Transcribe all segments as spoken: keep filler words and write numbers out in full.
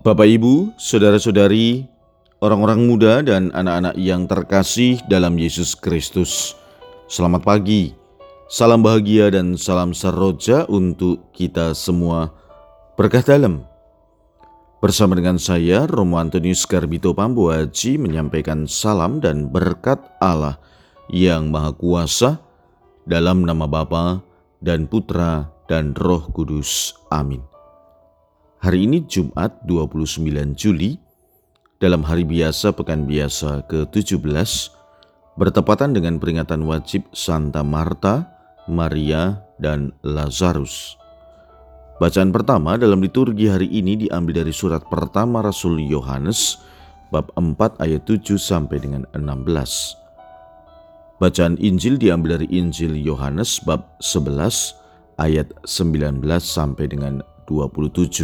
Bapak, Ibu, saudara-saudari, orang-orang muda dan anak-anak yang terkasih dalam Yesus Kristus, selamat pagi, salam bahagia dan salam seroja untuk kita semua. Berkah dalam. Bersama dengan saya, Romo Antonius Garbito Pambuaji, menyampaikan salam dan berkat Allah yang Maha Kuasa dalam nama Bapa dan Putra dan Roh Kudus. Amin. Hari ini Jumat dua puluh sembilan Juli, dalam hari biasa pekan biasa ke tujuh belas, bertepatan dengan peringatan wajib Santa Marta, Maria, dan Lazarus. Bacaan pertama dalam liturgi hari ini diambil dari surat pertama Rasul Yohanes, bab empat ayat tujuh sampai dengan enam belas. Bacaan Injil diambil dari Injil Yohanes bab sebelas ayat sembilan belas sampai dengan dua puluh tujuh.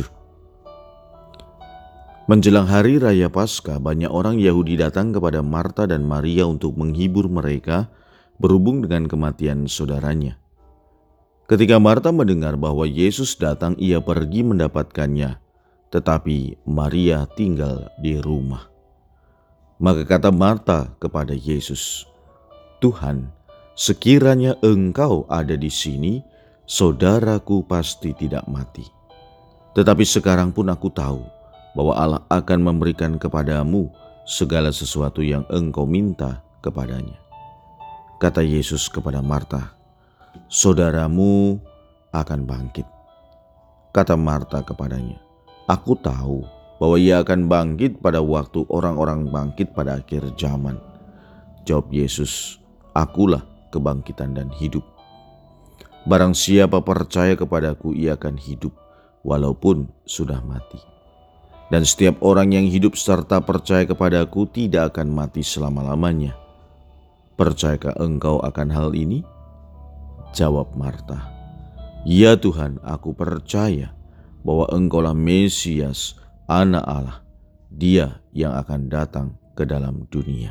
Menjelang hari raya Paskah, banyak orang Yahudi datang kepada Marta dan Maria untuk menghibur mereka berhubung dengan kematian saudaranya. Ketika Marta mendengar bahwa Yesus datang, ia pergi mendapatkannya, tetapi Maria tinggal di rumah. Maka kata Marta kepada Yesus, "Tuhan, sekiranya Engkau ada di sini, saudaraku pasti tidak mati. Tetapi sekarang pun aku tahu bahwa Allah akan memberikan kepadamu segala sesuatu yang engkau minta kepadanya." Kata Yesus kepada Marta, "Saudaramu akan bangkit." Kata Marta kepadanya, "Aku tahu bahwa ia akan bangkit pada waktu orang-orang bangkit pada akhir zaman." Jawab Yesus, "Akulah kebangkitan dan hidup. Barang siapa percaya kepadaku, ia akan hidup walaupun sudah mati. Dan setiap orang yang hidup serta percaya kepadaku tidak akan mati selama-lamanya. Percayakah engkau akan hal ini?" Jawab Marta, "Ya Tuhan, aku percaya bahwa engkaulah Mesias, Anak Allah, Dia yang akan datang ke dalam dunia."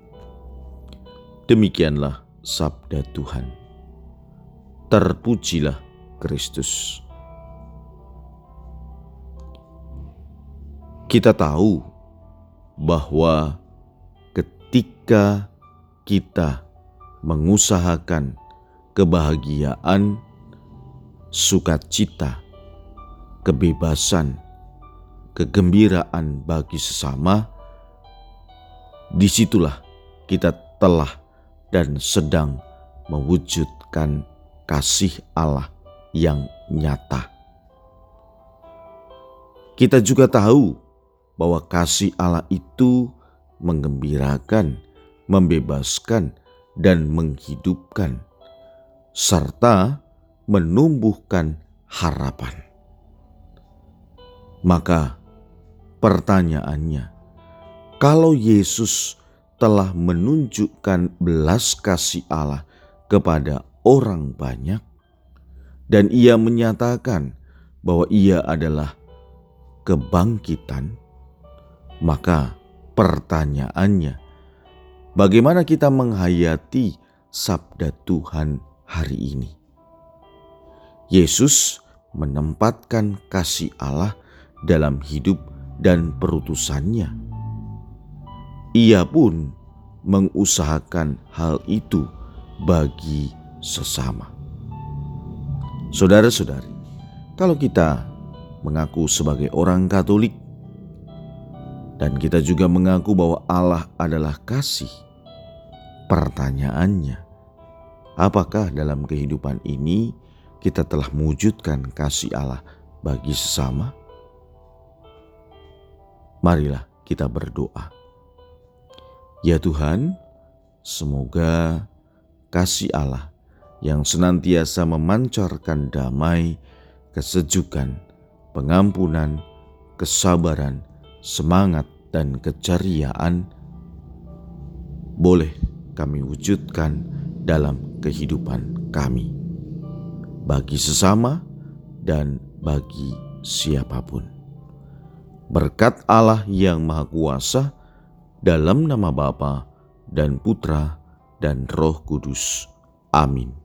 Demikianlah sabda Tuhan. Terpujilah Kristus. Kita tahu bahwa ketika kita mengusahakan kebahagiaan, sukacita, kebebasan, kegembiraan bagi sesama, disitulah kita telah dan sedang mewujudkan kasih Allah yang nyata. Kita juga tahu bahwa kasih Allah itu menggembirakan, membebaskan, dan menghidupkan, serta menumbuhkan harapan. Maka pertanyaannya, kalau Yesus telah menunjukkan belas kasih Allah kepada orang banyak, dan ia menyatakan bahwa ia adalah kebangkitan, maka pertanyaannya, bagaimana kita menghayati sabda Tuhan hari ini? Yesus menempatkan kasih Allah dalam hidup dan perutusannya. Ia pun mengusahakan hal itu bagi sesama. Saudara-saudari, kalau kita mengaku sebagai orang Katolik, dan kita juga mengaku bahwa Allah adalah kasih, pertanyaannya, apakah dalam kehidupan ini kita telah mewujudkan kasih Allah bagi sesama? Marilah kita berdoa. Ya Tuhan, semoga kasih Allah yang senantiasa memancarkan damai, kesejukan, pengampunan, kesabaran, semangat, dan keceriaan boleh kami wujudkan dalam kehidupan kami, bagi sesama dan bagi siapapun. Berkat Allah yang Maha Kuasa, dalam nama Bapa dan Putra dan Roh Kudus. Amin.